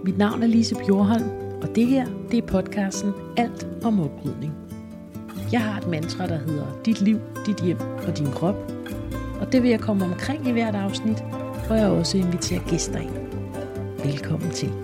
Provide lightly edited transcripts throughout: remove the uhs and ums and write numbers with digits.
Mit navn er Lise Bjorholm, og det her, det er podcasten Alt om oprydning. Jeg har et mantra, der hedder dit liv, dit hjem og din krop. Og det vil jeg komme omkring i hvert afsnit, hvor jeg også inviterer gæster ind. Velkommen til.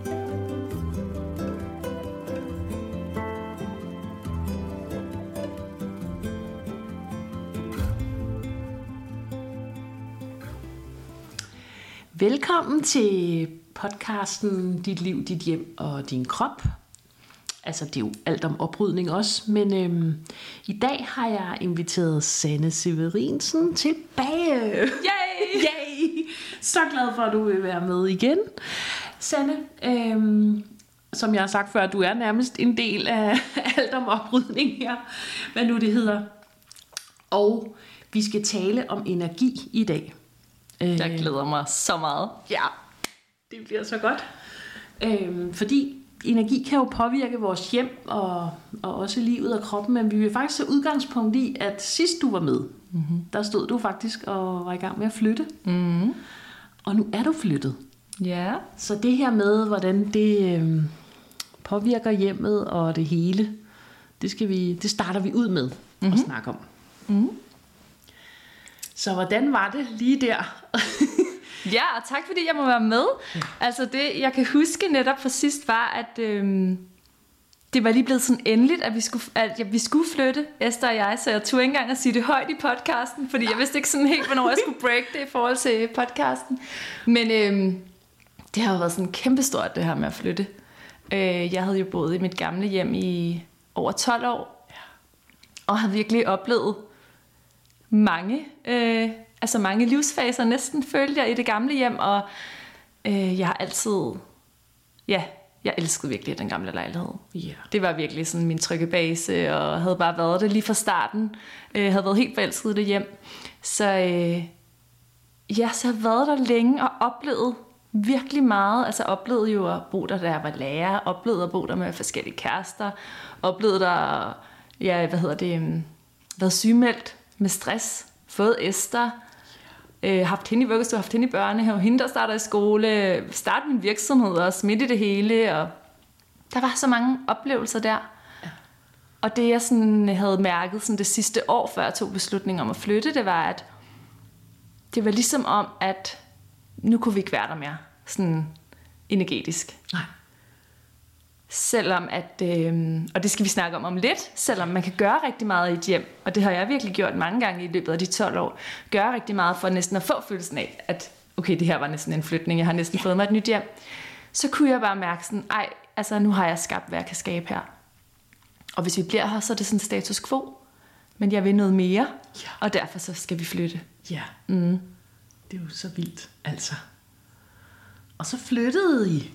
Velkommen til podcasten Dit liv, dit hjem og din krop. Altså det er jo alt om oprydning også, men i dag har jeg inviteret Sanne Severinsen tilbage. Yay! Yay! Så glad for, at du vil være med igen. Sanne, som jeg har sagt før, du er nærmest en del af alt om oprydning her, hvad nu det hedder. Og vi skal tale om energi i dag. Jeg glæder mig så meget. Ja, det bliver så godt. Fordi energi kan jo påvirke vores hjem og også livet og kroppen, men vi vil faktisk tage udgangspunkt i, at sidst du var med, der stod du faktisk og var i gang med at flytte. Og nu er du flyttet. Ja. Så det her med, hvordan det påvirker hjemmet og det hele, det starter vi ud med at snakke om. Så hvordan var det lige der? Ja, og tak fordi jeg må være med. Altså det, jeg kan huske netop fra sidst var, at det var lige blevet sådan endeligt, at vi skulle flytte, Esther og jeg, så jeg tog ikke engang at sige det højt i podcasten, fordi jeg vidste ikke sådan helt, hvornår jeg skulle break det i forhold til podcasten. Men det har jo været sådan kæmpestort, det her med at flytte. Jeg havde jo boet i mit gamle hjem i over 12 år, og har virkelig oplevet mange livsfaser næsten følte jeg i det gamle hjem, og jeg har altid, jeg elskede virkelig den gamle lejlighed. Yeah. Det var virkelig sådan min trygge base, og havde bare været det lige fra starten. Havde været helt forelsket i det hjem. Så så jeg har været der længe og oplevet virkelig meget. Altså oplevede jo at bo der, da jeg var lærer. Oplevede at bo der med forskellige kærester. Oplevede der, været sygemeldt med stress. Fået Esther. Haft hende i vuggestue, haft hende i børnehave, hende der starter i skole, starte min virksomhed også midt i det hele, og der var så mange oplevelser der. Ja. Og det jeg sådan havde mærket sådan det sidste år, før jeg tog beslutningen om at flytte, det var, at det var ligesom om, at nu kunne vi ikke være der mere, sådan energetisk. Nej. Selvom at, og det skal vi snakke om lidt, selvom man kan gøre rigtig meget i et hjem, og det har jeg virkelig gjort mange gange i løbet af de 12 år, gøre rigtig meget for næsten at få følelsen af, at okay, det her var næsten en flytning, jeg har næsten fået mig et nyt hjem, så kunne jeg bare mærke sådan, nu har jeg skabt, hvad jeg kan skabe her. Og hvis vi bliver her, så er det sådan status quo, men jeg vil noget mere, og derfor så skal vi flytte. Ja, det er jo så vildt, altså. Og så flyttede I.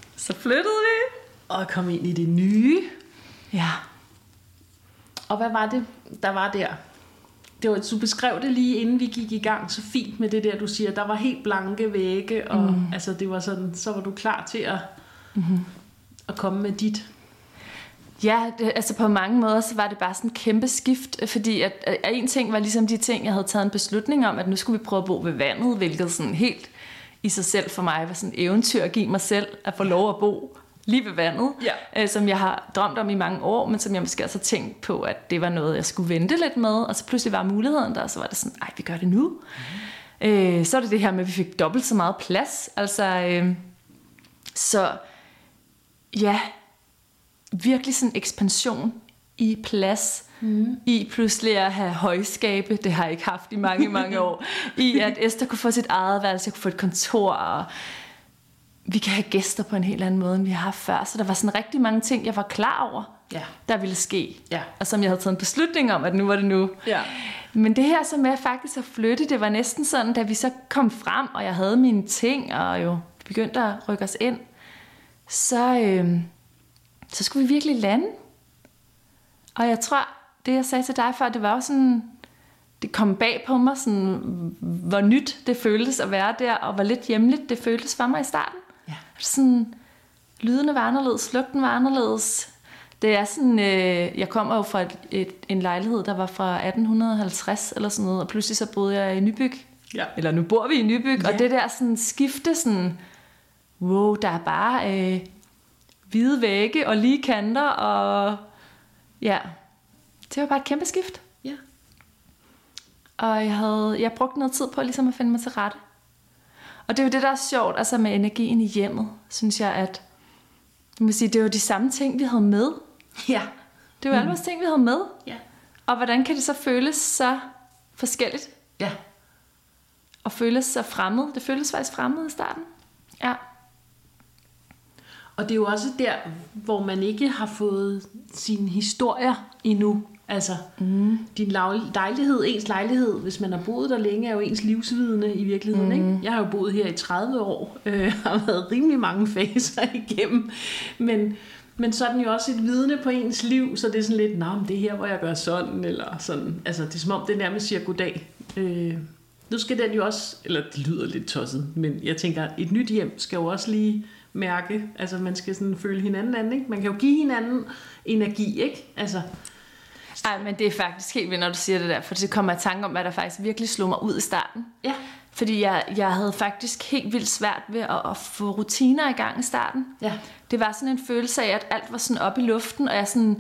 Og kom ind i det nye. Ja. Og hvad var det, der var der? Det var, du beskrev det lige inden vi gik i gang, så fint med det der, du siger. Der var helt blanke vægge, og altså, det var sådan, så var du klar til at komme med dit. Ja, altså på mange måder, så var det bare sådan en kæmpe skift, fordi at en ting var ligesom de ting, jeg havde taget en beslutning om, at nu skulle vi prøve at bo ved vandet, hvilket sådan helt i sig selv for mig var sådan et eventyr at give mig selv at få lov at bo lige ved vandet, som jeg har drømt om i mange år, men som jeg måske også har tænkt på, at det var noget, jeg skulle vente lidt med, og så pludselig var muligheden der, og så var det sådan, vi gør det nu. Så er det her med, at vi fik dobbelt så meget plads, altså, så ja, virkelig sådan ekspansion i plads, i pludselig at have højskabe, det har jeg ikke haft i mange, mange år, i at Esther kunne få sit eget værelse, jeg kunne få et kontor, og vi kan have gæster på en helt anden måde, end vi har haft før. Så der var sådan rigtig mange ting, jeg var klar over, der ville ske. Ja. Og som jeg havde taget en beslutning om, at nu var det nu. Ja. Men det her så med faktisk at flytte, det var næsten sådan, da vi så kom frem, og jeg havde mine ting, og jo begyndte at rykke os ind, så skulle vi virkelig lande. Og jeg tror, det jeg sagde til dig før, det var jo sådan, det kom bag på mig, sådan, hvor nyt det føltes at være der, og hvor lidt hjemligt det føltes for mig i starten. Ja. Sådan, lydene var anderledes, lugten var anderledes. Det er sådan, jeg kommer jo fra en lejlighed, der var fra 1850 eller sådan noget, og pludselig så boede jeg i Nybyg. Ja. Eller nu bor vi i Nybyg, og det der sådan skifte sådan, wow, der er bare hvide vægge og lige kanter, og ja, det var bare et kæmpe skift. Ja. Og jeg brugte noget tid på ligesom at finde mig til rette. Og det er jo det, der er sjovt, altså med energien i hjemmet, synes jeg, at jeg må sige, det er jo de samme ting, vi havde med. Ja. Det er jo alle vores ting, vi havde med. Ja. Og hvordan kan det så føles så forskelligt? Ja. Og føles så fremmed. Det føles faktisk fremmed i starten. Ja. Og det er jo også der, hvor man ikke har fået sine historier endnu. Altså, din lejlighed, ens lejlighed, hvis man har boet der længe, er jo ens livsvidne i virkeligheden. Ikke? Jeg har jo boet her i 30 år, har været rimelig mange faser igennem. Men så er den jo også et vidne på ens liv, så det er sådan lidt, men det er her, hvor jeg gør sådan, eller sådan. Altså, det er som om, det nærmest siger goddag. Nu skal den jo også, eller det lyder lidt tosset, men jeg tænker, et nyt hjem skal jo også lige mærke, altså man skal sådan føle hinanden an, ikke? Man kan jo give hinanden energi, ikke? Altså. Ej, men det er faktisk helt vildt, når du siger det der, for det kommer jeg i tanke om, hvad der faktisk virkelig slog mig ud i starten. Ja. Fordi jeg havde faktisk helt vildt svært ved at få rutiner i gang i starten. Ja. Det var sådan en følelse af, at alt var sådan op i luften, og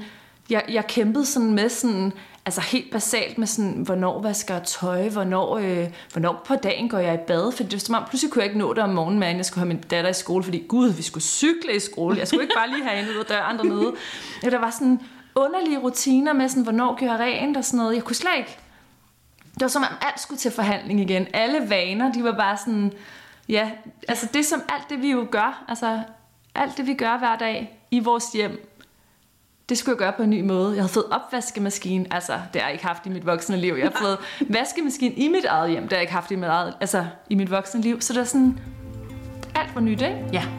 jeg kæmpede sådan med sådan, altså helt basalt med sådan, hvornår vasker jeg tøj, hvornår på dagen går jeg i bad, for det var som om, pludselig kunne jeg ikke nå det om morgenen, men jeg skulle have min datter i skole, fordi gud, vi skulle cykle i skole, jeg skulle ikke bare lige have hende ud af døren dernede. Der var sådan underlige rutiner med sådan, hvornår gør jeg rent og sådan noget, jeg kunne slet ikke. Det var som om alt skulle til forhandling igen. Alle vaner, de var bare sådan, ja, altså det som alt det vi jo gør, altså alt det vi gør hver dag i vores hjem, det skulle jeg gøre på en ny måde. Jeg havde fået opvaskemaskine, altså det har jeg ikke haft i mit voksne liv. Jeg har fået vaskemaskine i mit eget hjem, det har jeg ikke haft i mit voksne liv. Så det er sådan, alt var nyt, ikke? Ja.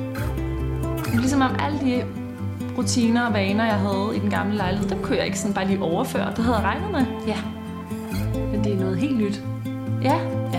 Ligesom om alle de rutiner og vaner, jeg havde i den gamle lejlighed, dem kunne jeg ikke sådan bare lige overføre. Det havde jeg regnet med. Ja. Men det er noget helt nyt. Ja. Ja.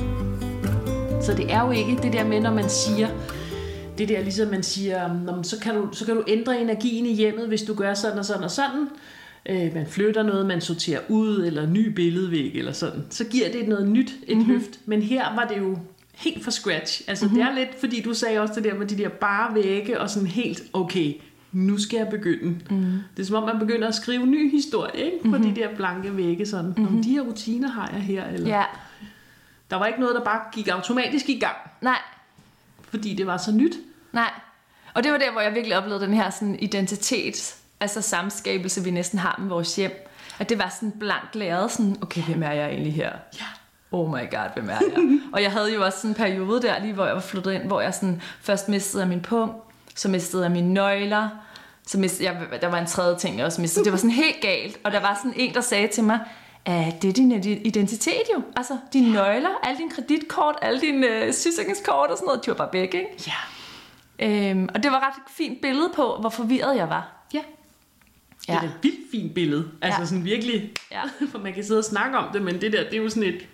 Så det er jo ikke det der med, når man siger, det der ligesom man siger, så kan du ændre energien i hjemmet, hvis du gør sådan og sådan og sådan. Man flytter noget, man sorterer ud, eller ny billedvæg, eller sådan. Så giver det noget nyt, et løft. Men her var det jo helt fra scratch. Altså det er lidt, fordi du sagde også det der med de der bare vægge, og sådan helt, okay, nu skal jeg begynde. Det er som om, man begynder at skrive en ny historie, ikke? På de der blanke vægge, sådan. De her rutiner har jeg her, eller... Ja. Der var ikke noget, der bare gik automatisk i gang. Nej. Fordi det var så nyt. Nej. Og det var der, hvor jeg virkelig oplevede den her sådan identitet, altså samskabelse, vi næsten har med vores hjem. At det var sådan blankt læret, sådan, okay, hvem er jeg egentlig her? Ja. Oh my god, hvem er jeg? Og jeg havde jo også sådan en periode der, lige hvor jeg var flyttet ind, hvor jeg sådan først mistede af min pung, så mistede jeg mine nøgler, så mistede jeg, der var en tredje ting, jeg også mistede. Det var sådan helt galt, og der var sådan en, der sagde til mig, det er din identitet jo. Altså, dine nøgler, alle dine kreditkort, alle dine sygesikringskort og sådan noget, de var bare væk, ikke? Ja. Og det var ret fint billede på, hvor forvirret jeg var. Ja. Det er et vildt fint billede. Altså sådan virkelig, for man kan sidde og snakke om det, men det der, det er jo sådan et...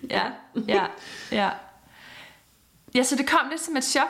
Ja, så det kom lidt som et chok,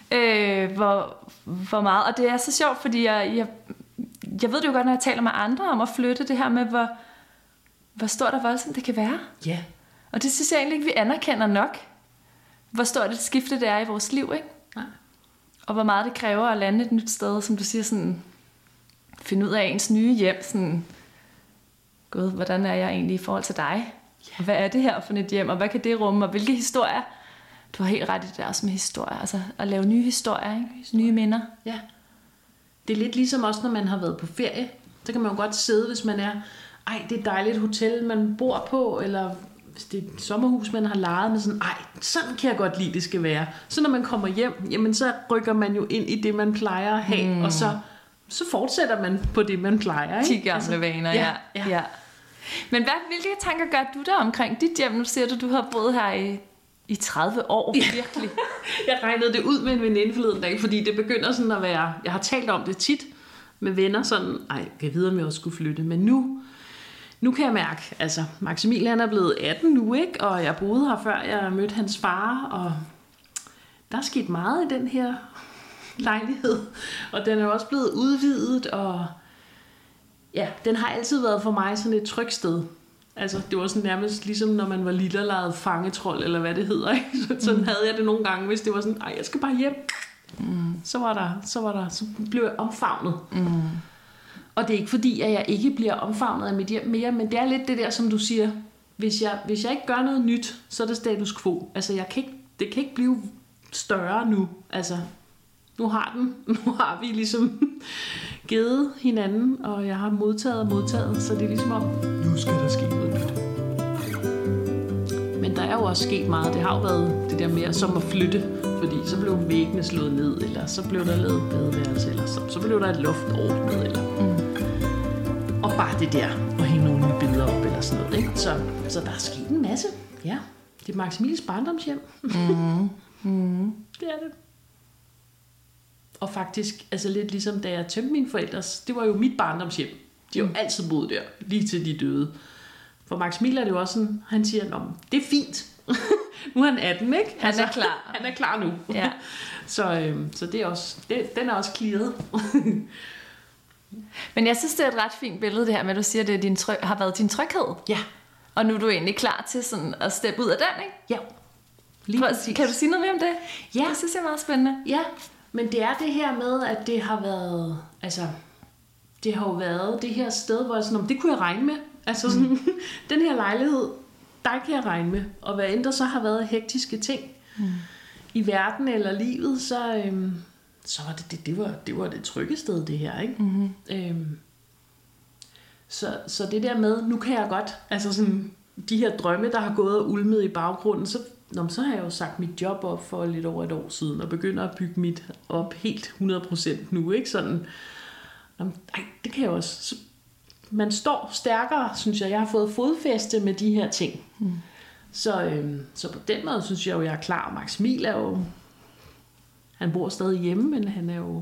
hvor meget. Og det er så sjovt, fordi jeg ved det jo godt, når jeg taler med andre om at flytte, det her med, hvor stort og voldsomt det kan være. Ja. Og det synes jeg egentlig ikke, vi anerkender nok, hvor stort et skifte det er i vores liv, ikke? Nej. Og hvor meget det kræver at lande et nyt sted, som du siger, sådan, finde ud af ens nye hjem, sådan, gud, hvordan er jeg egentlig i forhold til dig? Og hvad er det her for et hjem, og hvad kan det rumme, og hvilke historier? Du har helt ret i det der også med historier, altså at lave nye historier, ikke? Nye minder. Ja. Det er lidt ligesom også, når man har været på ferie. Så kan man jo godt sidde, hvis man er, det er et dejligt hotel, man bor på, eller hvis det er et sommerhus, man har lejet med sådan, sådan kan jeg godt lide, det skal være. Så når man kommer hjem, jamen så rykker man jo ind i det, man plejer at have, og så fortsætter man på det, man plejer. Ikke? 10 gamle vaner, ja. Men hvilke tanker gør du der omkring dit hjem? Nu siger du har boet her i 30 år, virkelig. Jeg regnede det ud med en veninde forleden dag, fordi det begynder sådan at være, jeg har talt om det tit med venner, sådan, jeg ved, om jeg også skulle flytte, men nu kan jeg mærke, altså Maximilian er blevet 18 nu, ikke? Og jeg boede her før jeg mødte hans far, og der er sket meget i den her lejlighed, og den er også blevet udvidet, og ja, den har altid været for mig sådan et trygt sted. Altså, det var sådan nærmest ligesom, når man var lille og legede fangetrold, eller hvad det hedder, ikke? Sådan havde jeg det nogle gange, hvis det var sådan, jeg skal bare hjem. Så blev jeg omfavnet. Og det er ikke fordi, at jeg ikke bliver omfavnet af mit hjem mere, men det er lidt det der, som du siger, hvis jeg ikke gør noget nyt, så er det status quo. Altså, det kan ikke blive større nu. Altså, nu har vi ligesom givet hinanden, og jeg har modtaget, så det er ligesom om, nu skal der ske noget nyt. Men der er jo også sket meget. Det har jo været det der mere som at flytte, fordi så blev væggene slået ned, eller så blev der lavet badeværelse, eller så blev der et loft ordnet, eller og bare det der, og hænge nogle nye billeder op, eller sådan noget, ikke? Så der er sket en masse. Ja, det er Maximilies barndomshjem. Det er det. Og faktisk, altså lidt ligesom da jeg tømte mine forældres, det var jo mit barndomshjem. De har jo altid boet der, lige til de døde. For Maximilian er det jo også sådan, han siger, det er fint. Nu er han 18, ikke? Han er klar. Han er klar nu. Ja. Så det er også, den er også clearet. Men jeg synes, det er et ret fint billede, det her med, at du siger, at det har været din tryghed. Ja. Og nu er du egentlig klar til sådan at steppe ud af den, ikke? Ja. Kan du sige noget mere om det? Ja. Det synes jeg er meget spændende. Ja, men det er det her med, at det har været, altså, det har jo været det her sted, hvor jeg sådan, det kunne jeg regne med. Altså sådan, den her lejlighed, der kan jeg regne med. Og hvad end der så har været hektiske ting i verden eller livet, så var det var det trygge sted, det her, ikke? Så det der med, nu kan jeg godt, altså sådan, de her drømme, der har gået og ulmet i baggrunden, så har jeg jo sagt mit job op for lidt over et år siden, og begynder at bygge mit op helt 100% nu, ikke? Sådan, det kan jeg også. Man står stærkere, synes jeg. Jeg har fået fodfæste med de her ting. Så på den måde synes jeg jo, jeg er klar. Max Emil er jo, han bor stadig hjemme, men han er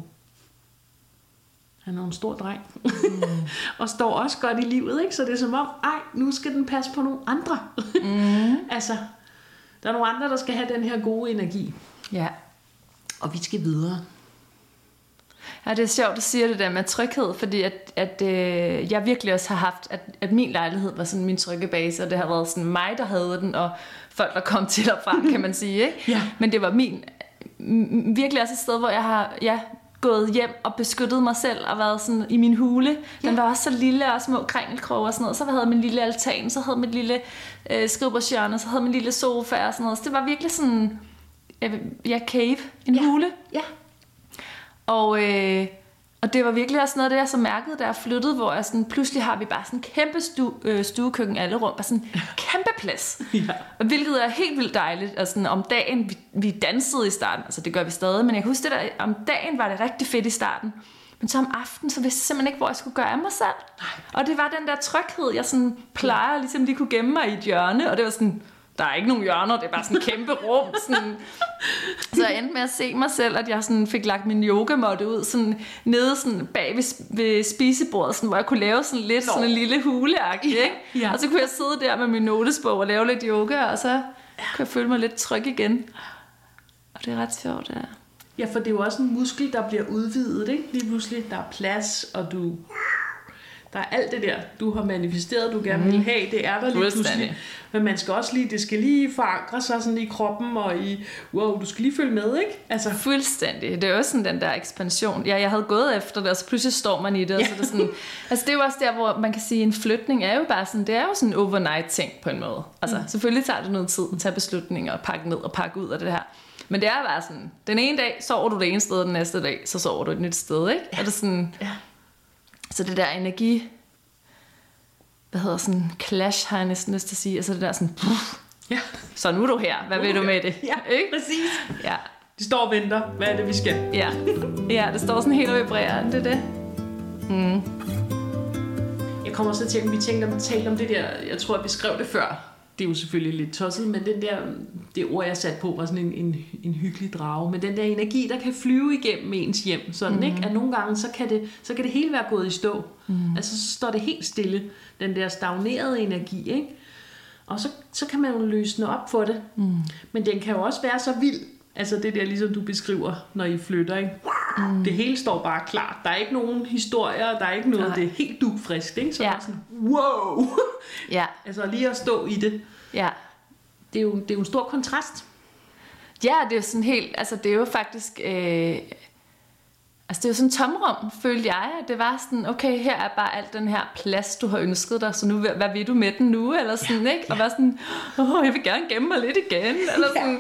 en stor dreng. Og står også godt i livet, ikke? Så det er som om, nu skal den passe på nogle andre. Altså, der er nogle andre, der skal have den her gode energi. Ja. Og vi skal videre. Ja, det er sjovt, du siger det der med tryghed, fordi at jeg virkelig også har haft, at min lejlighed var sådan min trygge base, og det har været sådan mig, der havde den, og folk, der kom til og fra, kan man sige, ikke? Ja. Men det var virkelig også et sted, hvor jeg har gået hjem og beskyttet mig selv og været sådan i min hule. Den var også så lille og små krængelkroge og sådan noget. Så havde jeg min lille altan, så havde jeg mit lille skrivebordshjørne, så havde jeg min lille sofa og sådan noget. Så det var virkelig sådan, cave, en hule. Ja. Og det var virkelig også noget af det, jeg så mærkede, da jeg flyttede, hvor jeg sådan, pludselig har vi bare sådan en kæmpe stuekøkken, alle rum, bare sådan en kæmpe plads. Ja. Hvilket er helt vildt dejligt. Og sådan, om dagen, vi dansede i starten, altså det gør vi stadig, men jeg kan huske det der, om dagen var det rigtig fedt i starten. Men så om aftenen, så vidste jeg simpelthen ikke, hvor jeg skulle gøre af mig selv. Nej. Og det var den der tryghed, jeg sådan plejer ligesom lige kunne gemme mig i et hjørne, og det var sådan, der er ikke nogen hjørner, det er bare sådan en kæmpe rum. Sådan. Så jeg endte med at se mig selv, at jeg sådan fik lagt min yogamåtte ud sådan nede sådan bag ved spisebordet, sådan, hvor jeg kunne lave sådan lidt sådan en lille huleagtig, ikke? Ja. Og så kunne jeg sidde der med min notesbog og lave lidt yoga, og så kunne jeg føle mig lidt tryg igen. Og det er ret sjovt, ja. Ja, for det er jo også en muskel, der bliver udvidet, ikke? Lige pludselig, der er plads, og der er alt det der, du har manifesteret, du gerne vil have, det er der lige pludselig. Men man skal også lige, det skal lige forankre sig sådan i kroppen, og du skal lige følge med, ikke? Altså. Fuldstændig. Det er også sådan den der ekspansion. Ja, jeg havde gået efter det, og så pludselig står man i det, og så er det sådan, altså det er jo også der, hvor man kan sige, en flytning er jo bare sådan, det er jo sådan en overnight ting på en måde. Altså selvfølgelig tager det noget tid at tage beslutninger, og pakke ned og pakke ud af det her. Men det er bare sådan, den ene dag sover du det ene sted, og den næste dag, så sover du et nyt sted, ikke? Ja. Og det sådan, så det der energi, sådan clash har jeg næsten lyst til at sige, altså det der sådan, så nu er du her, hvad vil du med det? Ja, ikke? Præcis. Ja. De står og venter, hvad er det vi skal? Ja, det står sådan helt og vibrerer, det er det. Jeg kommer også til at tale om det der, jeg tror at vi skrev det før, det er jo selvfølgelig lidt tosset, men det ord jeg satte på var sådan en hyggelig drage, men den der energi, der kan flyve igennem ens hjem, sådan, ikke? At nogle gange, så kan det hele være gået i stå. Altså så står det helt stille, den der stagnerede energi, ikke? Og så kan man jo løsne op for det. Men den kan jo også være så vild, altså det der ligesom du beskriver, når I flytter, ikke? Det hele står bare klart. Der er ikke nogen historier, der er ikke noget, det er helt dugfrisk, ikke? Så er sådan, wow! Ja. Altså lige at stå i det. Ja. Det er jo en stor kontrast. Ja, det er jo sådan helt, altså det er jo faktisk, altså det er jo sådan en tomrum, følte jeg, at det var sådan, okay, her er bare alt den her plads, du har ønsket dig, så nu, hvad vil du med den nu, eller sådan, ikke? Og var sådan, jeg vil gerne gemme mig lidt igen, eller sådan.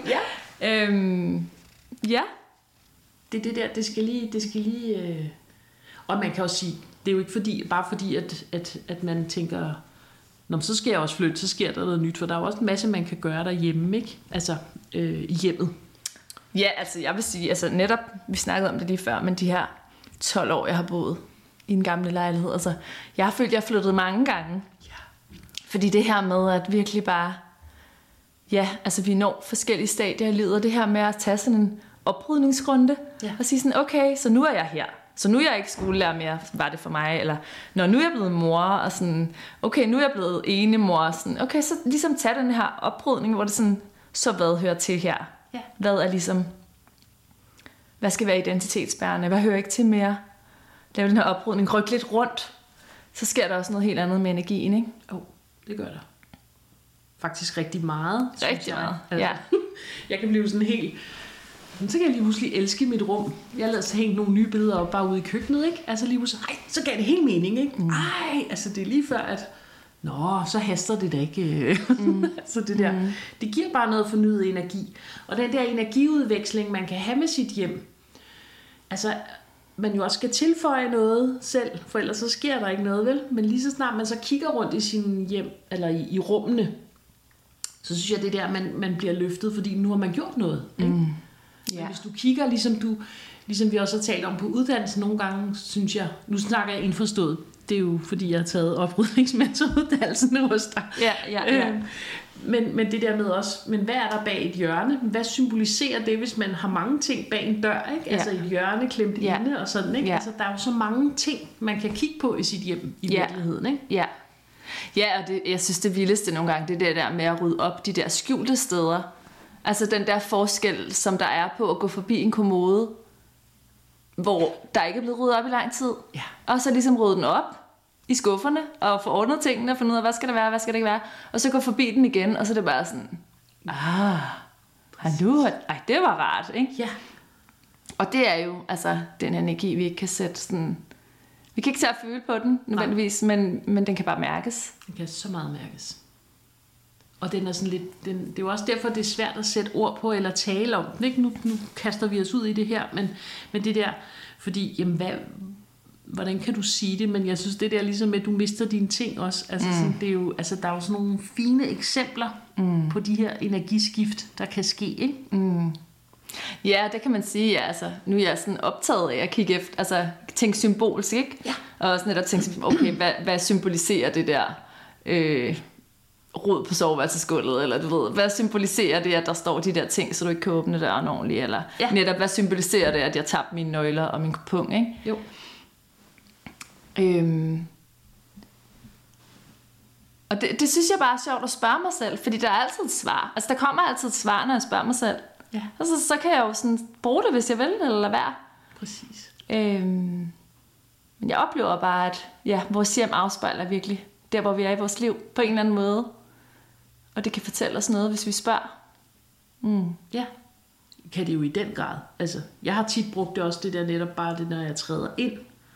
Ja. Det er det der, det skal lige og man kan også sige, det er jo ikke fordi, at man tænker, nå, så skal jeg også flytte, så sker der noget nyt, for der er jo også en masse, man kan gøre derhjemme, ikke? Altså, i hjemmet. Ja, altså jeg vil sige, altså netop, vi snakkede om det lige før, men de her 12 år, jeg har boet i en gamle lejlighed, altså jeg har følt, jeg har flyttet mange gange. Ja. Fordi det her med at virkelig bare, ja, altså vi når forskellige stadier i livet, og det her med at tage sådan en oprydningsrunde, og sige sådan, okay, så nu er jeg her. Så nu er jeg ikke skolelærer mere, var det for mig, eller når nu er jeg blevet mor, og sådan, okay, nu er jeg blevet enemor, sådan, okay, så ligesom tage den her oprydning, hvor det sådan, så hvad hører til her? Ja. Hvad er ligesom, hvad skal være identitetsbærende? Hvad hører ikke til mere? Lave den her oprydning, rykke lidt rundt, så sker der også noget helt andet med energien, ikke? Det gør der. Faktisk rigtig meget. Rigtig meget, altså, jeg kan blive sådan helt... Så kan jeg lige pludselig elske mit rum. Jeg lader så hænge nogle nye billeder op bare ude i køkkenet, ikke? Altså lige pludselig, så gav det helt mening, ikke? Altså det er lige før, at så haster det da ikke. Altså det der, det giver bare noget fornyet energi. Og den der energiudveksling, man kan have med sit hjem, altså man jo også skal tilføje noget selv, for ellers så sker der ikke noget, vel? Men lige så snart man så kigger rundt i sin hjem, eller i rummene, så synes jeg, det der, man bliver løftet, fordi nu har man gjort noget, ikke? Men hvis du kigger, ligesom vi også har talt om på uddannelsen nogle gange, synes jeg, nu snakker jeg indforstået, det er jo fordi, jeg har taget oprydningsmentoruddannelsen hos dig. Ja. Men det der med også, men hvad er der bag et hjørne? Hvad symboliserer det, hvis man har mange ting bag en dør, ikke? Altså et hjørne klemt inde og sådan, ikke? Altså der er jo så mange ting, man kan kigge på i sit hjem i virkeligheden, ikke? Ja, og jeg synes det vildeste nogle gange, det der med at rydde op de der skjulte steder. Altså den der forskel, som der er på at gå forbi en kommode, hvor der ikke er blevet ryddet op i lang tid. Ja. Og så ligesom rydde den op i skufferne, og få ordnet tingene, og finde ud af, hvad skal det være, hvad skal det ikke være. Og så gå forbi den igen, og så er det bare sådan, det var rart, ikke? Ja. Og det er jo altså den energi, vi ikke kan sætte sådan... Vi kan ikke tage at føle på den, nødvendigvis, men den kan bare mærkes. Den kan så meget mærkes. Og den er sådan lidt, det er jo også derfor, det er svært at sætte ord på eller tale om den, ikke? Nu kaster vi os ud i det her, men det der, fordi, jamen hvordan kan du sige det? Men jeg synes, det der ligesom med, at du mister dine ting også, altså sådan, det er jo, altså der er jo sådan nogle fine eksempler på de her energiskift, der kan ske, ikke? Ja, det kan man sige, ja, altså, nu er jeg sådan optaget af at kigge efter, altså tænke symbolsk, ikke? Ja. Og også netop tænke, okay, hvad symboliserer det der rod på soveværelsesgulvet, eller du ved, hvad symboliserer det, at der står de der ting, så du ikke kan åbne døren ordentligt, eller netop, hvad symboliserer det, at jeg tabte mine nøgler og min kupon, ikke? Jo. Og det synes jeg bare er sjovt at spørge mig selv, fordi der er altid et svar. Altså, der kommer altid et svar, når jeg spørger mig selv. Ja. Og så kan jeg jo sådan bruge det, hvis jeg vil, eller lade være. Præcis. Men jeg oplever bare, at vores hjem afspejler virkelig der, hvor vi er i vores liv, på en eller anden måde. Og det kan fortælle os noget, hvis vi spørger. Ja, kan det jo i den grad. Altså, jeg har tit brugt det også, det der netop bare det, når jeg træder ind.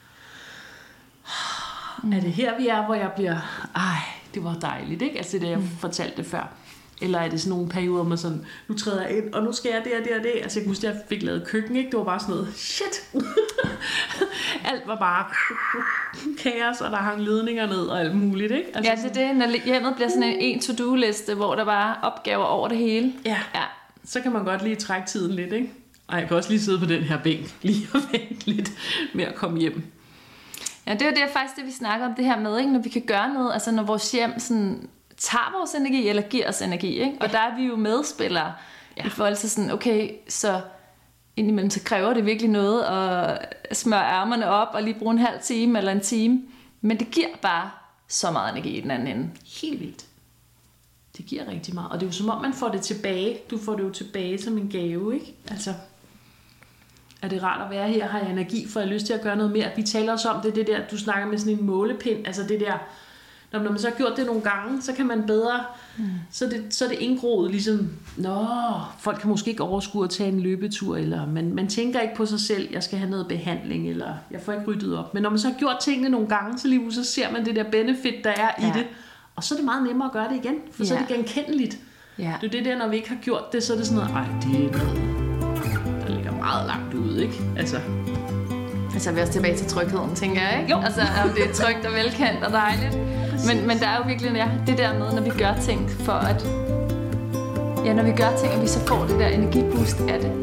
Er det her, vi er, hvor jeg bliver, det var dejligt, ikke? Altså det der, jeg fortalte det før. Eller er det sådan nogle perioder med sådan, nu træder jeg ind, og nu skal jeg det og det. Altså jeg kunne huske, at jeg fik lavet køkken, ikke? Det var bare sådan noget, shit. Alt var bare kaos, og der hang ledninger ned og alt muligt, ikke? Altså, ja, det er det, når hjemmet bliver sådan en to-do-liste, hvor der bare er opgaver over det hele. Ja. Så kan man godt lige trække tiden lidt, ikke? Og jeg kan også lige sidde på den her bænk, lige og vente lidt med at komme hjem. Ja, det er faktisk det, vi snakker om det her med, ikke? Når vi kan gøre noget, altså når vores hjem sådan tager vores energi, eller giver os energi, ikke? Og der er vi jo medspillere i forhold til sådan, okay, så indimellem så kræver det virkelig noget at smøre ærmerne op og lige bruge en halv time eller en time, men det giver bare så meget energi i den anden ende. Helt vildt. Det giver rigtig meget, og det er jo som om man får det tilbage. Du får det jo tilbage som en gave, ikke? Altså, er det rart at være her, har jeg energi, for jeg har lyst til at gøre noget mere. Vi taler også om det der, du snakker med sådan en målepind, altså det der, Når man så har gjort det nogle gange, så kan man bedre, så er det indgroet ligesom, folk kan måske ikke overskue at tage en løbetur, eller man tænker ikke på sig selv, jeg skal have noget behandling, eller jeg får ikke ryddet op. Men når man så har gjort tingene nogle gange, så ser man det der benefit, der er i det, og så er det meget nemmere at gøre det igen, for så er det genkendeligt. Ja. Det er det der, når vi ikke har gjort det, så er det sådan noget, det er noget, der ligger meget langt ude, ikke? Altså er vi også tilbage til trygheden, tænker jeg, ikke? Jo. Altså, om det er trygt og velkendt og dejligt. Men der er jo virkelig det der med, når vi gør ting for at... Ja, når vi gør ting, og vi så får det der energiboost af det.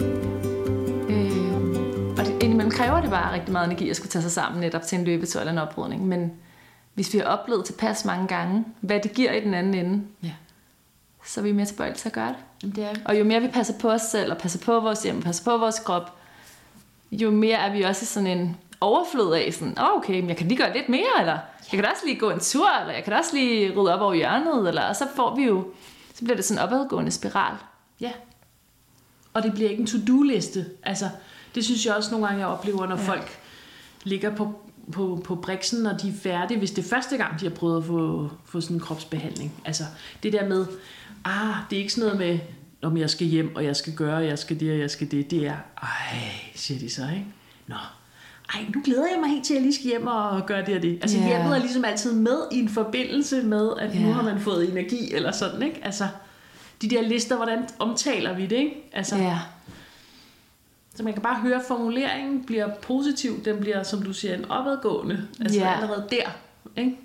Og det, indimellem kræver det bare rigtig meget energi at skulle tage sig sammen netop til en løbetur eller en oprydning. Men hvis vi har oplevet tilpas mange gange, hvad det giver i den anden ende, så er vi mere tilbøjelige til at gøre det. Jamen, det er... Og jo mere vi passer på os selv, og passer på vores hjem, og passer på vores krop, jo mere er vi også i sådan en overflod af sådan, okay, men jeg kan lige gøre lidt mere, eller jeg kan da også lige gå en tur, eller jeg kan da også lige rydde op over hjørnet, eller og så får vi jo, så bliver det sådan en opadgående spiral. Ja. Og det bliver ikke en to-do-liste. Altså, det synes jeg også nogle gange, jeg oplever, når folk ligger på briksen, når de er færdige, hvis det er første gang, de har prøvet at få sådan en kropsbehandling. Altså, det der med, det er ikke sådan noget med, om jeg skal hjem, og jeg skal gøre, jeg skal det, og jeg skal det. Det er, siger de så, ikke? Nu glæder jeg mig helt til, at jeg lige skal hjem og gøre det og det. Altså, hjemmet er ligesom altid med i en forbindelse med, at nu har man fået energi, eller sådan, ikke? Altså, de der lister, hvordan omtaler vi det, ikke? Altså, så man kan bare høre, at formuleringen bliver positiv, den bliver, som du siger, en opadgående. Altså, allerede der, ikke?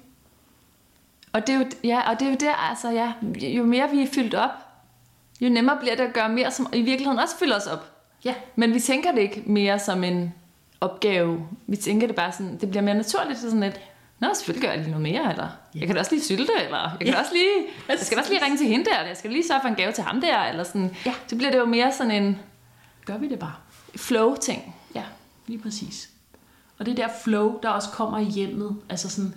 Og det er jo der, altså, jo mere vi er fyldt op, jo nemmere bliver det at gøre mere, som i virkeligheden også fylder os op. Ja. Men vi tænker det ikke mere som en opgave. Vi tænker det bare sådan, det bliver mere naturligt, så sådan lidt, selvfølgelig gør jeg lige noget mere, eller jeg kan da også lige sylte, eller jeg skal også lige ringe til hende der, eller jeg skal lige sørge for en gave til ham der, eller sådan. Ja. Så bliver det jo mere sådan en, gør vi det bare, flow-ting. Ja, lige præcis. Og det der flow, der også kommer i hjemmet, altså sådan,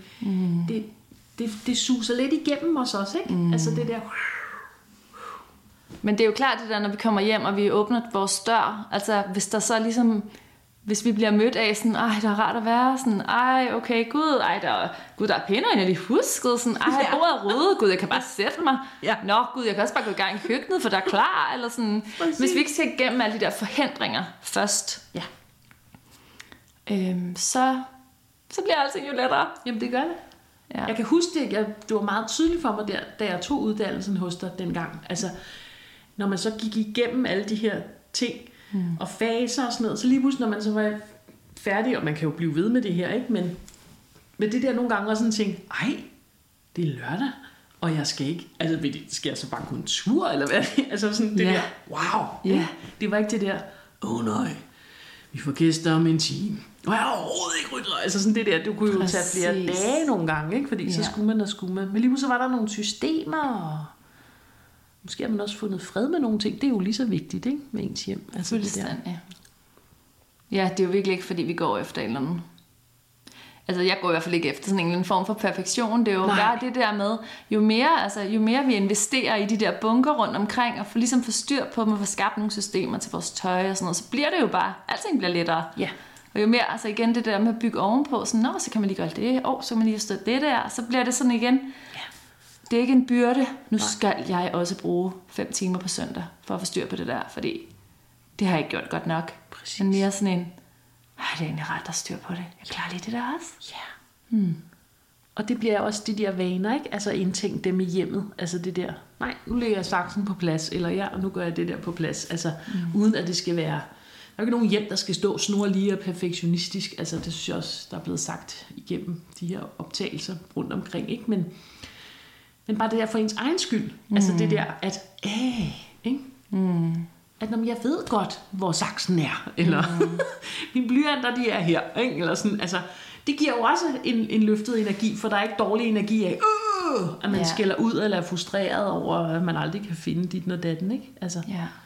det suser lidt igennem os også, ikke? Altså det der... Men det er jo klart det der, når vi kommer hjem, og vi åbner vores dør, altså hvis der så ligesom, hvis vi bliver mødt af sådan, der er rart at være, sådan, okay, gud, der er pæner, end jeg lige huskede, sådan, bordet er røde, gud, jeg kan bare sætte mig, gud, jeg kan også bare gå i gang i køkkenet, for der er klar, eller sådan, hvis vi ikke skal igennem alle de der forhindringer først, så bliver alting jo lettere. Jamen det gør det. Ja. Jeg kan huske det, det var meget tydeligt for mig, da jeg tog uddannelsen hos dig dengang, altså, når man så gik igennem alle de her ting, og faser og sådan noget, så lige pludselig, når man så var færdig, og man kan jo blive ved med det her, ikke? Men det der nogle gange også sådan tænkte, det er lørdag, og jeg skal ikke, altså skal jeg så bare gå en tur, eller hvad? Altså sådan det der, wow, det var ikke det der, nej, vi får gæster om en time, og jeg har overhovedet ikke ryddet, altså sådan det der, du kunne jo tage flere dage nogle gange, ikke? Fordi så skulle man, men lige pludselig var der nogle systemer, og måske har man også fundet fred med nogle ting. Det er jo lige så vigtigt, ikke? Med ens hjem. Altså det der. Ja, det er jo virkelig ikke, fordi vi går efter en eller anden. Altså, jeg går i hvert fald ikke efter sådan en eller anden form for perfektion. Det er jo bare det der med, jo mere vi investerer i de der bunker rundt omkring, og ligesom få styr på dem, og få skabt nogle systemer til vores tøj og sådan noget, så bliver det jo bare, alting bliver lettere. Ja. Og jo mere, altså igen det der med at bygge ovenpå, sådan, så kan man lige gøre det, så kan man lige støtte det der, så bliver det sådan igen. Ja. Det er ikke en byrde. Nu skal jeg også bruge 5 timer på søndag for at få styr på det der, fordi det har jeg ikke gjort godt nok. Præcis. Men mere sådan en, det er egentlig ret at styr på det. Jeg klarer lige det der også. Ja. Og det bliver også de der vaner, ikke? Altså indtænk dem i hjemmet. Altså det der, nu lægger jeg saksen på plads, eller og nu gør jeg det der på plads. Altså uden at det skal være, der er jo ikke nogen hjem, der skal stå snorlige og perfektionistisk. Altså det synes jeg også, der er blevet sagt igennem de her optagelser rundt omkring, ikke? Men bare det der for ens egen skyld. Altså det der, at ikke? At når jeg ved godt, hvor saksen er, eller mine blyanter, de er her, ikke? Eller sådan, altså, det giver jo også en løftet energi, for der er ikke dårlig energi af, at man skælder ud, eller er frustreret over, at man aldrig kan finde dit og datten, ikke? Altså,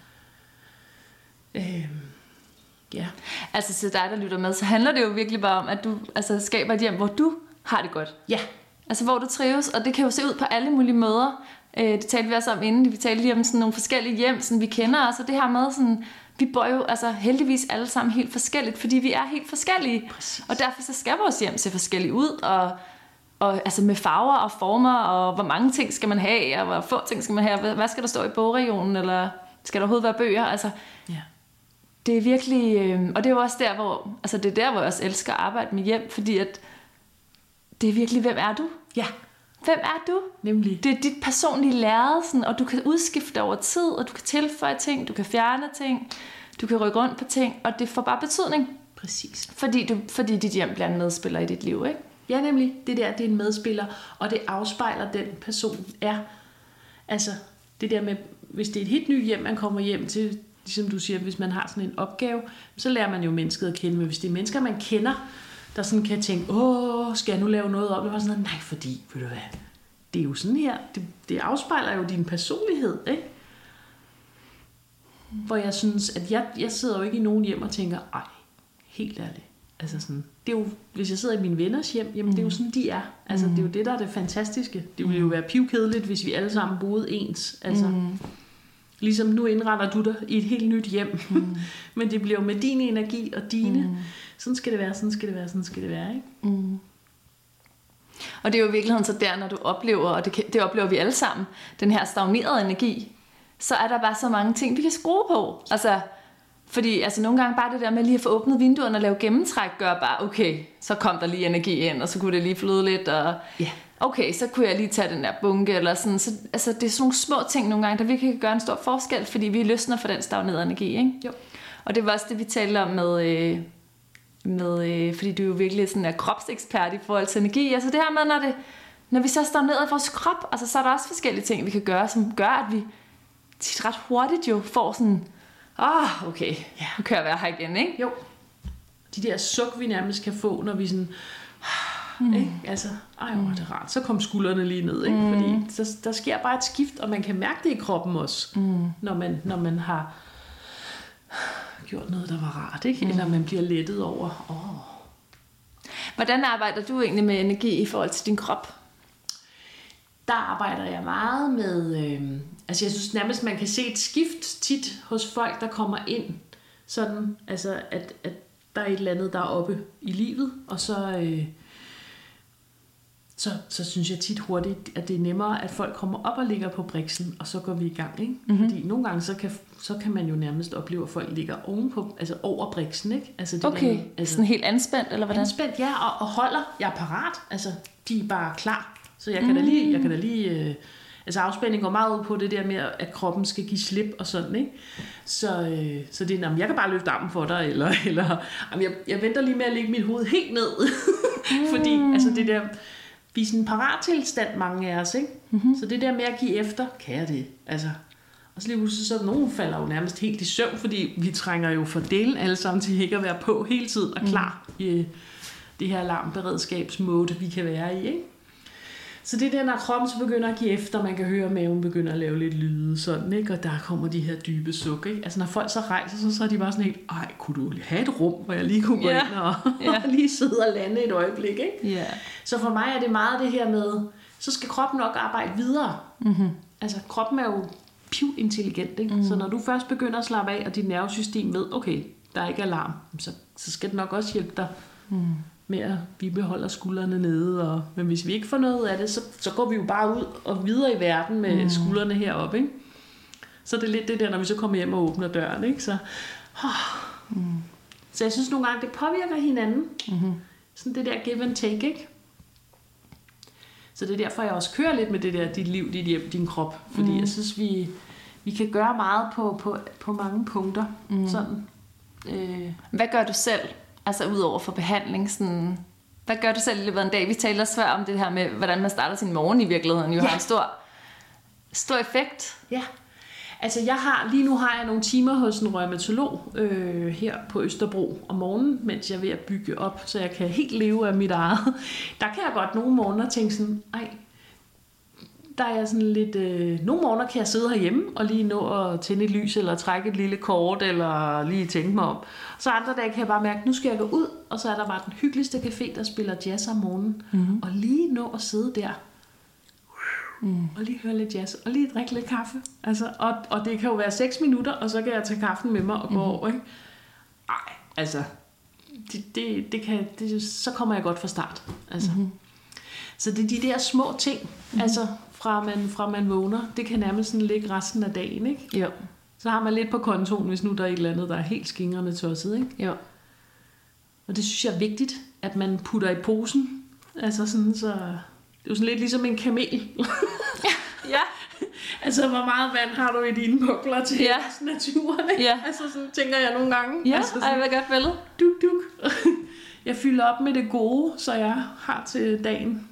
Altså til dig, der lytter med, så handler det jo virkelig bare om, at du skaber et hjem, hvor du har det godt. Ja. Altså hvor du trives, og det kan jo se ud på alle mulige måder. Det talte vi også om inden, vi talte lige om sådan nogle forskellige hjem, sådan vi kender os, og det her med sådan, vi bor jo altså heldigvis alle sammen helt forskelligt, fordi vi er helt forskellige. Præcis. Og derfor så skal vores hjem se forskellige ud, og Og altså med farver og former, og hvor mange ting skal man have, og hvor få ting skal man have, hvad skal der stå i bogregionen, eller skal der overhovedet være bøger? Altså, det er virkelig, og det er jo også der, hvor, altså det er der, hvor jeg også elsker at arbejde med hjem, fordi at det er virkelig, hvem er du? Ja. Hvem er du? Nemlig. Det er dit personlige lærred, sådan, og du kan udskifte over tid, og du kan tilføje ting, du kan fjerne ting, du kan rykke rundt på ting, og det får bare betydning. Præcis. Fordi dit hjem bliver en medspiller i dit liv, ikke? Ja, nemlig. Det er en medspiller, og det afspejler den person er. Altså, det der med, hvis det er et helt nyt hjem, man kommer hjem til, ligesom du siger, hvis man har sådan en opgave, så lærer man jo mennesket at kende. Men hvis det er mennesker, man kender, der sådan kan tænke, skal jeg nu lave noget op? Det var sådan noget, nej, fordi, ved du hvad, det er jo sådan her, det afspejler jo din personlighed, ikke? Hvor jeg synes, at jeg sidder jo ikke i nogen hjem og tænker, ej, helt ærligt. Altså sådan, det er jo, hvis jeg sidder i mine venners hjem, jamen det er jo sådan, de er. Altså det er jo det, der er det fantastiske. Det ville jo være pivkedeligt, hvis vi alle sammen boede ens. Altså, ligesom nu indretter du dig i et helt nyt hjem. Men det bliver jo med din energi og dine. Sådan skal det være, sådan skal det være, sådan skal det være, ikke? Og det er jo i virkeligheden så der, når du oplever, og det oplever vi alle sammen, den her stagnerede energi, så er der bare så mange ting, vi kan skrue på. Altså, fordi altså, nogle gange bare det der med lige at få åbnet vinduerne og lave gennemtræk, gør bare, okay, så kom der lige energi ind, og så kunne det lige flyde lidt, og okay, så kunne jeg lige tage den der bunke, eller sådan. Så, altså, det er sådan nogle små ting nogle gange, der virkelig kan gøre en stor forskel, fordi vi løsner for den stagnerede energi, ikke? Jo. Og det var også det, vi talte om fordi du er jo virkelig sådan en kropsekspert i forhold til energi. Altså det her med, når vi så står ned i vores krop, altså så er der også forskellige ting, vi kan gøre, som gør, at vi ret hurtigt jo får sådan, okay, nu kan jeg være her igen, ikke? Jo. De der suk, vi nærmest kan få, når vi sådan, ikke? Altså, hvor er det rart. Så kom skuldrene lige ned, ikke? Fordi der sker bare et skift, og man kan mærke det i kroppen også, når man har gjort noget, der var rart, ikke? Eller man bliver lettet over. Hvordan arbejder du egentlig med energi i forhold til din krop? Der arbejder jeg meget med, altså jeg synes nærmest, man kan se et skift tit hos folk, der kommer ind, sådan, altså at der er et eller andet, der er oppe i livet, og så synes jeg tit hurtigt, at det er nemmere, at folk kommer op og ligger på briksen, og så går vi i gang, ikke? Fordi nogle gange, så kan man jo nærmest opleve, at folk ligger ovenpå, altså over briksen, ikke? Altså det okay, der, altså, sådan helt anspændt, eller hvordan? Anspændt, ja, og holder, jeg er parat, altså de er bare klar, så jeg kan da lige altså afspænding går meget ud på det der med, at kroppen skal give slip og sådan, ikke? Så det er, jeg kan bare løfte armen for dig, eller jeg venter lige med at lægge mit hoved helt ned, fordi altså det der, vi er sådan en parat-tilstand, mange af os, ikke? Så det der med at give efter, kan jeg det, altså. Og så lige pludselig, så nogen falder jo nærmest helt i søvn, fordi vi trænger jo for delen alle sammen til ikke at være på hele tiden og klar i det her alarmberedskabsmode, vi kan være i, ikke? Så det er der, når kroppen så begynder at give efter, man kan høre, at maven begynder at lave lidt lyde, sådan, ikke? Og der kommer de her dybe suk, ikke? Altså når folk så rejser sig, så er de bare sådan helt, kunne du have et rum, hvor jeg lige kunne gå ind og lige sidde og lande et øjeblik, ikke? Yeah. Så for mig er det meget det her med, så skal kroppen nok arbejde videre. Altså kroppen er jo piv-intelligent, ikke? Så når du først begynder at slappe af, og dit nervesystem ved, okay, der er ikke alarm, så skal det nok også hjælpe dig med at vi beholder skuldrene nede. Men hvis vi ikke får noget af det, så går vi jo bare ud og videre i verden med skuldrene heroppe, ikke? Så det er lidt det der, når vi så kommer hjem og åbner døren, ikke? Så jeg synes nogle gange, det påvirker hinanden. Sådan det der give and take, ikke? Så det er derfor, jeg også kører lidt med det der, dit liv, dit hjem, din krop. Fordi jeg synes, vi kan gøre meget på mange punkter. Sådan. Hvad gør du selv? Altså ud over for behandling, sådan, hvad gør du selv i løbet af en dag? Vi taler også før om det her med, hvordan man starter sin morgen i virkeligheden. Jo har en stor effekt. Ja, altså lige nu har jeg nogle timer hos en reumatolog her på Østerbro om morgenen, mens jeg er ved at bygge op, så jeg kan helt leve af mit eget. Der kan jeg godt nogle morgener tænke sådan, der er jeg sådan lidt, nogle morgener kan jeg sidde herhjemme og lige nå at tænde et lys, eller trække et lille kort, eller lige tænke mig om. Så andre dage kan jeg bare mærke, nu skal jeg gå ud, og så er der bare den hyggeligste café, der spiller jazz om morgenen, og lige nå at sidde der, og lige høre lidt jazz, og lige drikke lidt kaffe. Altså, og det kan jo være 6 minutter, og så kan jeg tage kaffen med mig og gå over, ikke? Altså, så kommer jeg godt fra start. Altså. Så det er de der små ting, altså fra man vågner, det kan nærmest sådan ligge resten af dagen, ikke? Jo. Så har man lidt på kontoen, hvis nu der er et eller andet, der er helt skingrende tosset, ikke? Jo. Og det synes jeg er vigtigt, at man putter i posen. Altså sådan, så... Det er jo sådan lidt ligesom en kamel. Ja. Altså, hvor meget vand har du i dine bukler til naturen, ikke? Ja. Altså, sådan tænker jeg nogle gange. Ja, altså, sådan, jeg vil godt vælge. Duk. Jeg fylder op med det gode, så jeg har til dagen.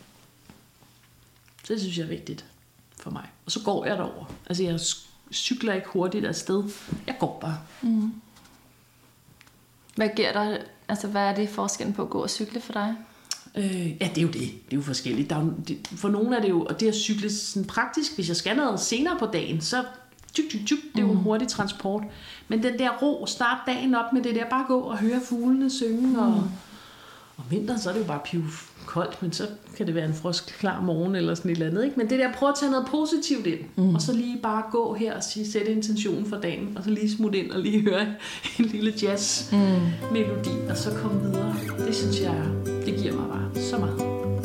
Det synes jeg er vigtigt for mig. Og så går jeg derover. Altså, jeg cykler ikke hurtigt afsted. Jeg går bare. Mm. Hvad giver dig, altså hvad er det forskellen på at gå og cykle for dig? Ja, det er jo det. Det er jo forskelligt. For nogle er det jo, og det at cykle sådan praktisk, hvis jeg skal noget senere på dagen, så det er jo en hurtig transport. Men den der ro, start dagen op med det der, bare gå og høre fuglene synge, og om vinteren, så er det jo bare koldt, men så kan det være en frostklar morgen eller sådan et eller andet, ikke? Men det der, prøv at tage noget positivt ind, og så lige bare gå her og sætte intentionen for dagen, og så lige smutte ind og lige høre en lille jazz-melodi, og så komme videre. Det synes jeg, det giver mig bare så meget.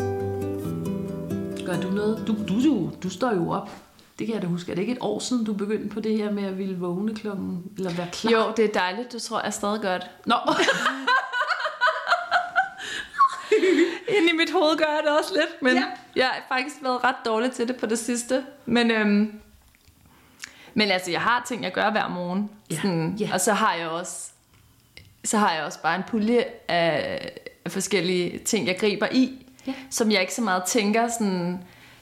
Gør du noget? Du står jo op. Det kan jeg da huske. Er det ikke et år siden, du begyndte på det her med at ville vågne klokken, eller være klar? Jo, det er dejligt. Du tror, jeg stadig gør det. Nå. Inde i mit hoved gør jeg det også lidt, men jeg har faktisk været ret dårlig til det på det sidste. Men altså, jeg har ting, jeg gør hver morgen. Sådan, og så har jeg også bare en pulje af forskellige ting, jeg griber i, som jeg ikke så meget tænker sådan...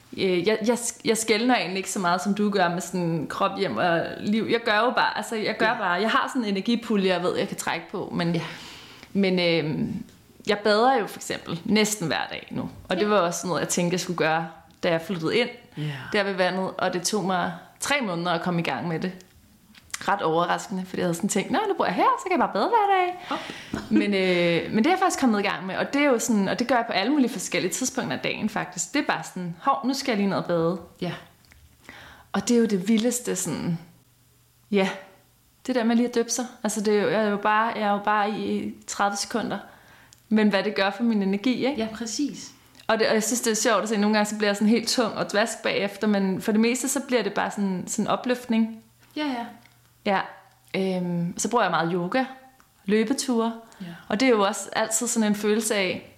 Jeg skelner egentlig ikke så meget, som du gør med sådan krop, hjem og liv. Jeg gør jo bare, altså jeg har sådan en energipulje, jeg ved, jeg kan trække på, men jeg bader jo for eksempel næsten hver dag nu, og det var også noget, jeg tænkte, jeg skulle gøre, da jeg flyttede ind der ved vandet, og det tog mig 3 måneder at komme i gang med det. Ret overraskende, fordi jeg havde sådan tænkt, nu bor jeg her, så kan jeg bare bade hver dag. Men det er jeg faktisk kommet i gang med, og det er jo sådan, og det gør jeg på alle mulige forskellige tidspunkter af dagen faktisk. Det er bare sådan, nu skal jeg lige ned og bade. Ja. Og det er jo det vildeste sådan, det der med lige at døbe sig. Altså det er jo, jeg er jo bare i 30 sekunder. Men hvad det gør for min energi, ikke? Ja, præcis. Og jeg synes, det er sjovt at se, nogle gange så bliver jeg sådan helt tung og dvask bagefter, men for det meste så bliver det bare sådan opløftning. Ja, så bruger jeg meget yoga, løbeture, og det er jo også altid sådan en følelse af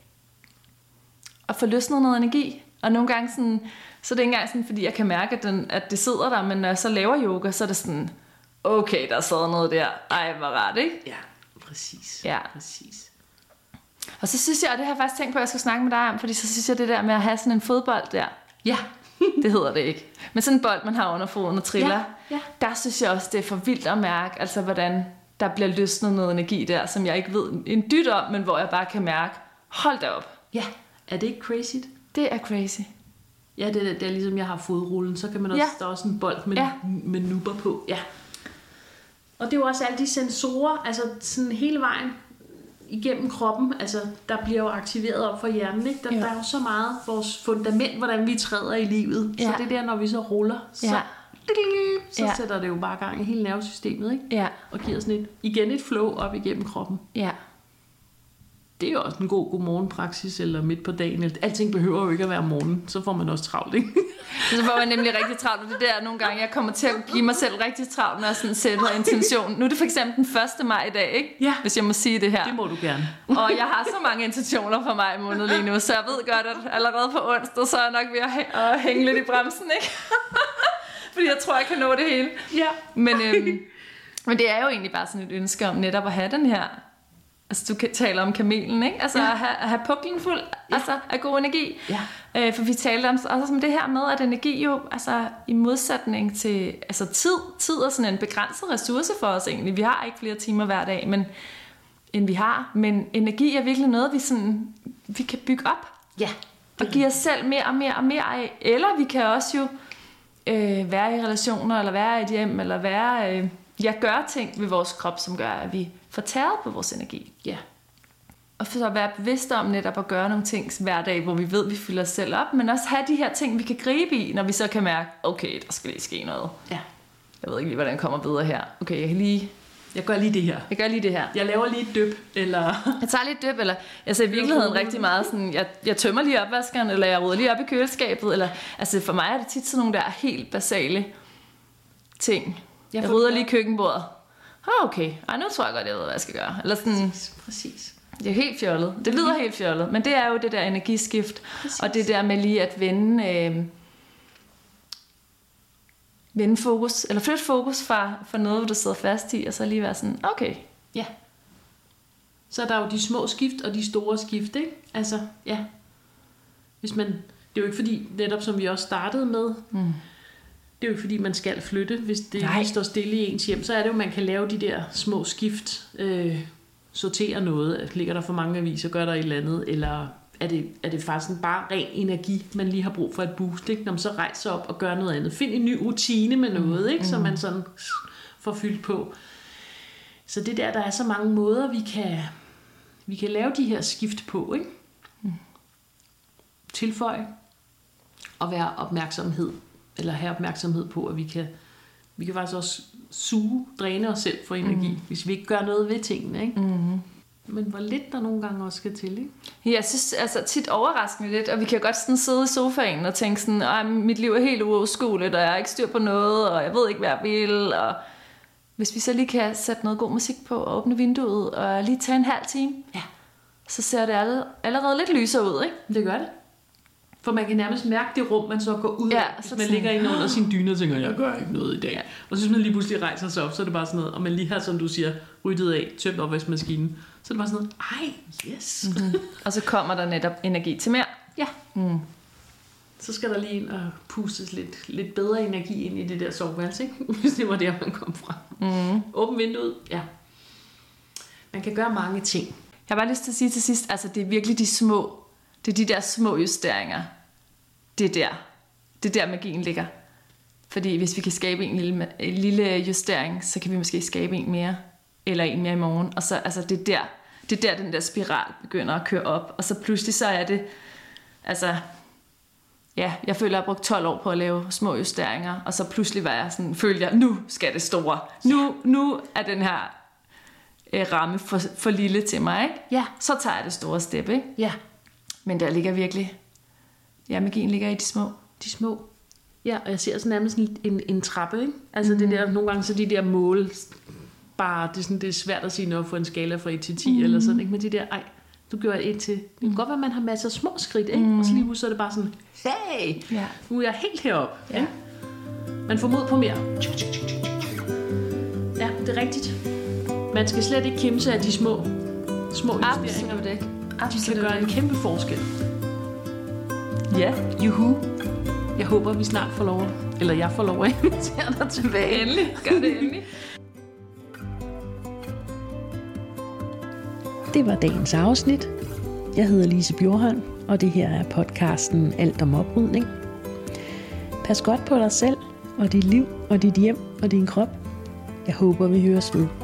at få løsnet noget energi. Og nogle gange sådan, så er det ikke engang sådan, fordi jeg kan mærke, at det sidder der, men når jeg så laver yoga, så er det sådan, okay, der sidder noget der. Ej, hvor rart, ikke? Ja, præcis. Ja. Præcis. Og så synes jeg, og det har jeg faktisk tænkt på, at jeg skal snakke med dig om, fordi så synes jeg det der med at have sådan en fodbold der. Ja. Det hedder det ikke. Men sådan en bold, man har under foden og triller, der synes jeg også, det er for vildt at mærke, altså hvordan der bliver løsnet noget energi der, som jeg ikke ved en dyt om, men hvor jeg bare kan mærke, hold da op. Ja, er det ikke crazy? Det er crazy. Ja, det er ligesom, jeg har fodrullen, så kan man også, der er også en bold med nupper på. Ja. Og det er jo også alle de sensorer, altså sådan hele vejen igennem kroppen, altså der bliver jo aktiveret op for hjernen, ikke? Der er jo så meget vores fundament, hvordan vi træder i livet. Så det der, når vi så ruller, så sætter det jo bare gang i hele nervesystemet, ikke? Ja. Og giver sådan et flow op igennem kroppen. Ja. Det er jo også en god godmorgenpraksis, eller midt på dagen. Alting behøver jo ikke at være om morgenen, så får man også travlt, ikke? Så får man nemlig rigtig travlt, og det der nogle gange, jeg kommer til at give mig selv rigtig travlt, når jeg sådan sætter intention. Nu er det for eksempel den 1. maj i dag, ikke? Ja. Hvis jeg må sige det her. Det må du gerne. Og jeg har så mange intentioner for maj måned lige nu, så jeg ved godt, at allerede på onsdag, så er jeg nok ved at hænge lidt i bremsen, ikke? Fordi jeg tror, jeg kan nå det hele. Ja. Men det er jo egentlig bare sådan et ønske om netop at have den her. Altså du kan tale om kamelen, ikke? Altså at have puklen fuld, altså af god energi. Ja. For vi talte også om det her med, at energi jo, altså i modsætning til altså tid er sådan en begrænset ressource for os egentlig. Vi har ikke flere timer hver dag, end vi har. Men energi er virkelig noget, vi kan bygge op. Ja. Og give os selv mere og mere og mere af. Eller vi kan også jo være i relationer, eller være i et hjem, eller gøre ting ved vores krop, som gør, at vi får tæret på vores energi. Ja. Og så at være bevidste om netop at gøre nogle ting hver dag, hvor vi ved, at vi fylder os selv op, men også have de her ting, vi kan gribe i, når vi så kan mærke, okay, der skal lige ske noget. Ja. Jeg ved ikke lige, hvordan jeg kommer videre her. Okay, jeg kan lige Jeg gør lige det her. Jeg laver lige et dyp, eller... Jeg tager lige et dyp, eller... Altså i virkeligheden rigtig meget sådan... Jeg tømmer lige opvaskeren, eller jeg rydder lige op i køleskabet, eller... Altså for mig er det tit sådan nogle der helt basale ting. Jeg rydder lige køkkenbordet. Okay. Nu tror jeg godt, jeg ved, hvad jeg skal gøre. Eller sådan... Præcis. Det er helt fjollet. Det lyder helt fjollet, men det er jo det der energiskift. Præcis. Og det der med lige at vende fokus, eller flytte fokus fra noget, du sidder fast i, og så lige være sådan, okay. Ja. Så er der jo de små skift og de store skift, ikke? Altså, ja. Det er jo ikke fordi, netop som vi også startede med, det er jo ikke fordi, man skal flytte. Hvis det lige står stille i ens hjem, så er det jo, man kan lave de der små skift, sortere noget, ligger der for mange aviser, gør der et eller andet, eller er det faktisk bare ren energi, man lige har brug for et boost, ikke? Når man så rejser op og gør noget andet. Find en ny rutine med noget, ikke? Så man sådan får fyldt på. Så det der er så mange måder, vi kan lave de her skift på, ikke? Tilføje og være opmærksomhed, eller have opmærksomhed på, at vi kan faktisk også dræne os selv for energi, hvis vi ikke gør noget ved tingene, ikke? Men hvor lidt der nogle gange også skal til, ikke? Jeg synes altså tit overraskende lidt, og vi kan godt sådan sidde i sofaen og tænke sådan, mit liv er helt uoverskueligt, og jeg har ikke styr på noget, og jeg ved ikke, hvad jeg vil, og hvis vi så lige kan sætte noget god musik på og åbne vinduet og lige tage en halv time, så ser det allerede lidt lysere ud, ikke? Det gør det. For man kan nærmest mærke det rum, man så går ud af, hvis man ligger inde under sin dyne og tænker, jeg gør ikke noget i dag. Ja. Og så hvis man lige pludselig rejser sig op, så er det bare sådan noget, og man lige har, som du siger, ryddet af, tømt opvaskemaskinen, så er det bare sådan noget, yes. Og så kommer der netop energi til mere. Ja. Så skal der lige ind og pustes lidt bedre energi ind i det der soveværelse, ikke? Hvis det var der, man kom fra. Åbn vinduet, ja. Man kan gøre mange ting. Jeg har bare lyst til at sige til sidst, altså det er virkelig det er de der små justeringer. Det er der magien ligger. Fordi hvis vi kan skabe en lille justering, så kan vi måske skabe en mere, eller en mere i morgen. Og så altså det er der den der spiral begynder at køre op. Og så pludselig så er det, altså, jeg føler, jeg har brugt 12 år på at lave små justeringer, og så pludselig var jeg sådan, følte jeg, nu skal det store. Nu er den her ramme for lille til mig, ikke? Ja. Så tager jeg det store step, ikke? Ja. Men der ligger virkelig, magien ligger i de små. De små. Ja, og jeg ser sådan nærmest en trappe, ikke? Altså det der, nogle gange så de der mål, bare, det er svært at sige noget for en skala fra 1 til 10, eller sådan, ikke? Men de der, du gjorde 1 til, det kan godt være, at man har masser af små skridt, ikke? Og så lige så er det bare sådan, hey, nu er jeg helt heroppe. Ja. Ikke? Man får mod på mere. Ja, det er rigtigt. Man skal slet ikke kimse af de små justeringer. Absolut ikke. De kan gøre en kæmpe forskel. Ja. Juhu. Jeg håber, vi snart får lov, eller jeg får lov at invitere dig tilbage. Endelig. Gør det endelig. Det var dagens afsnit. Jeg hedder Lise Bjorholm, og det her er podcasten Alt om oprydning. Pas godt på dig selv, og dit liv, og dit hjem, og din krop. Jeg håber, vi høres ved.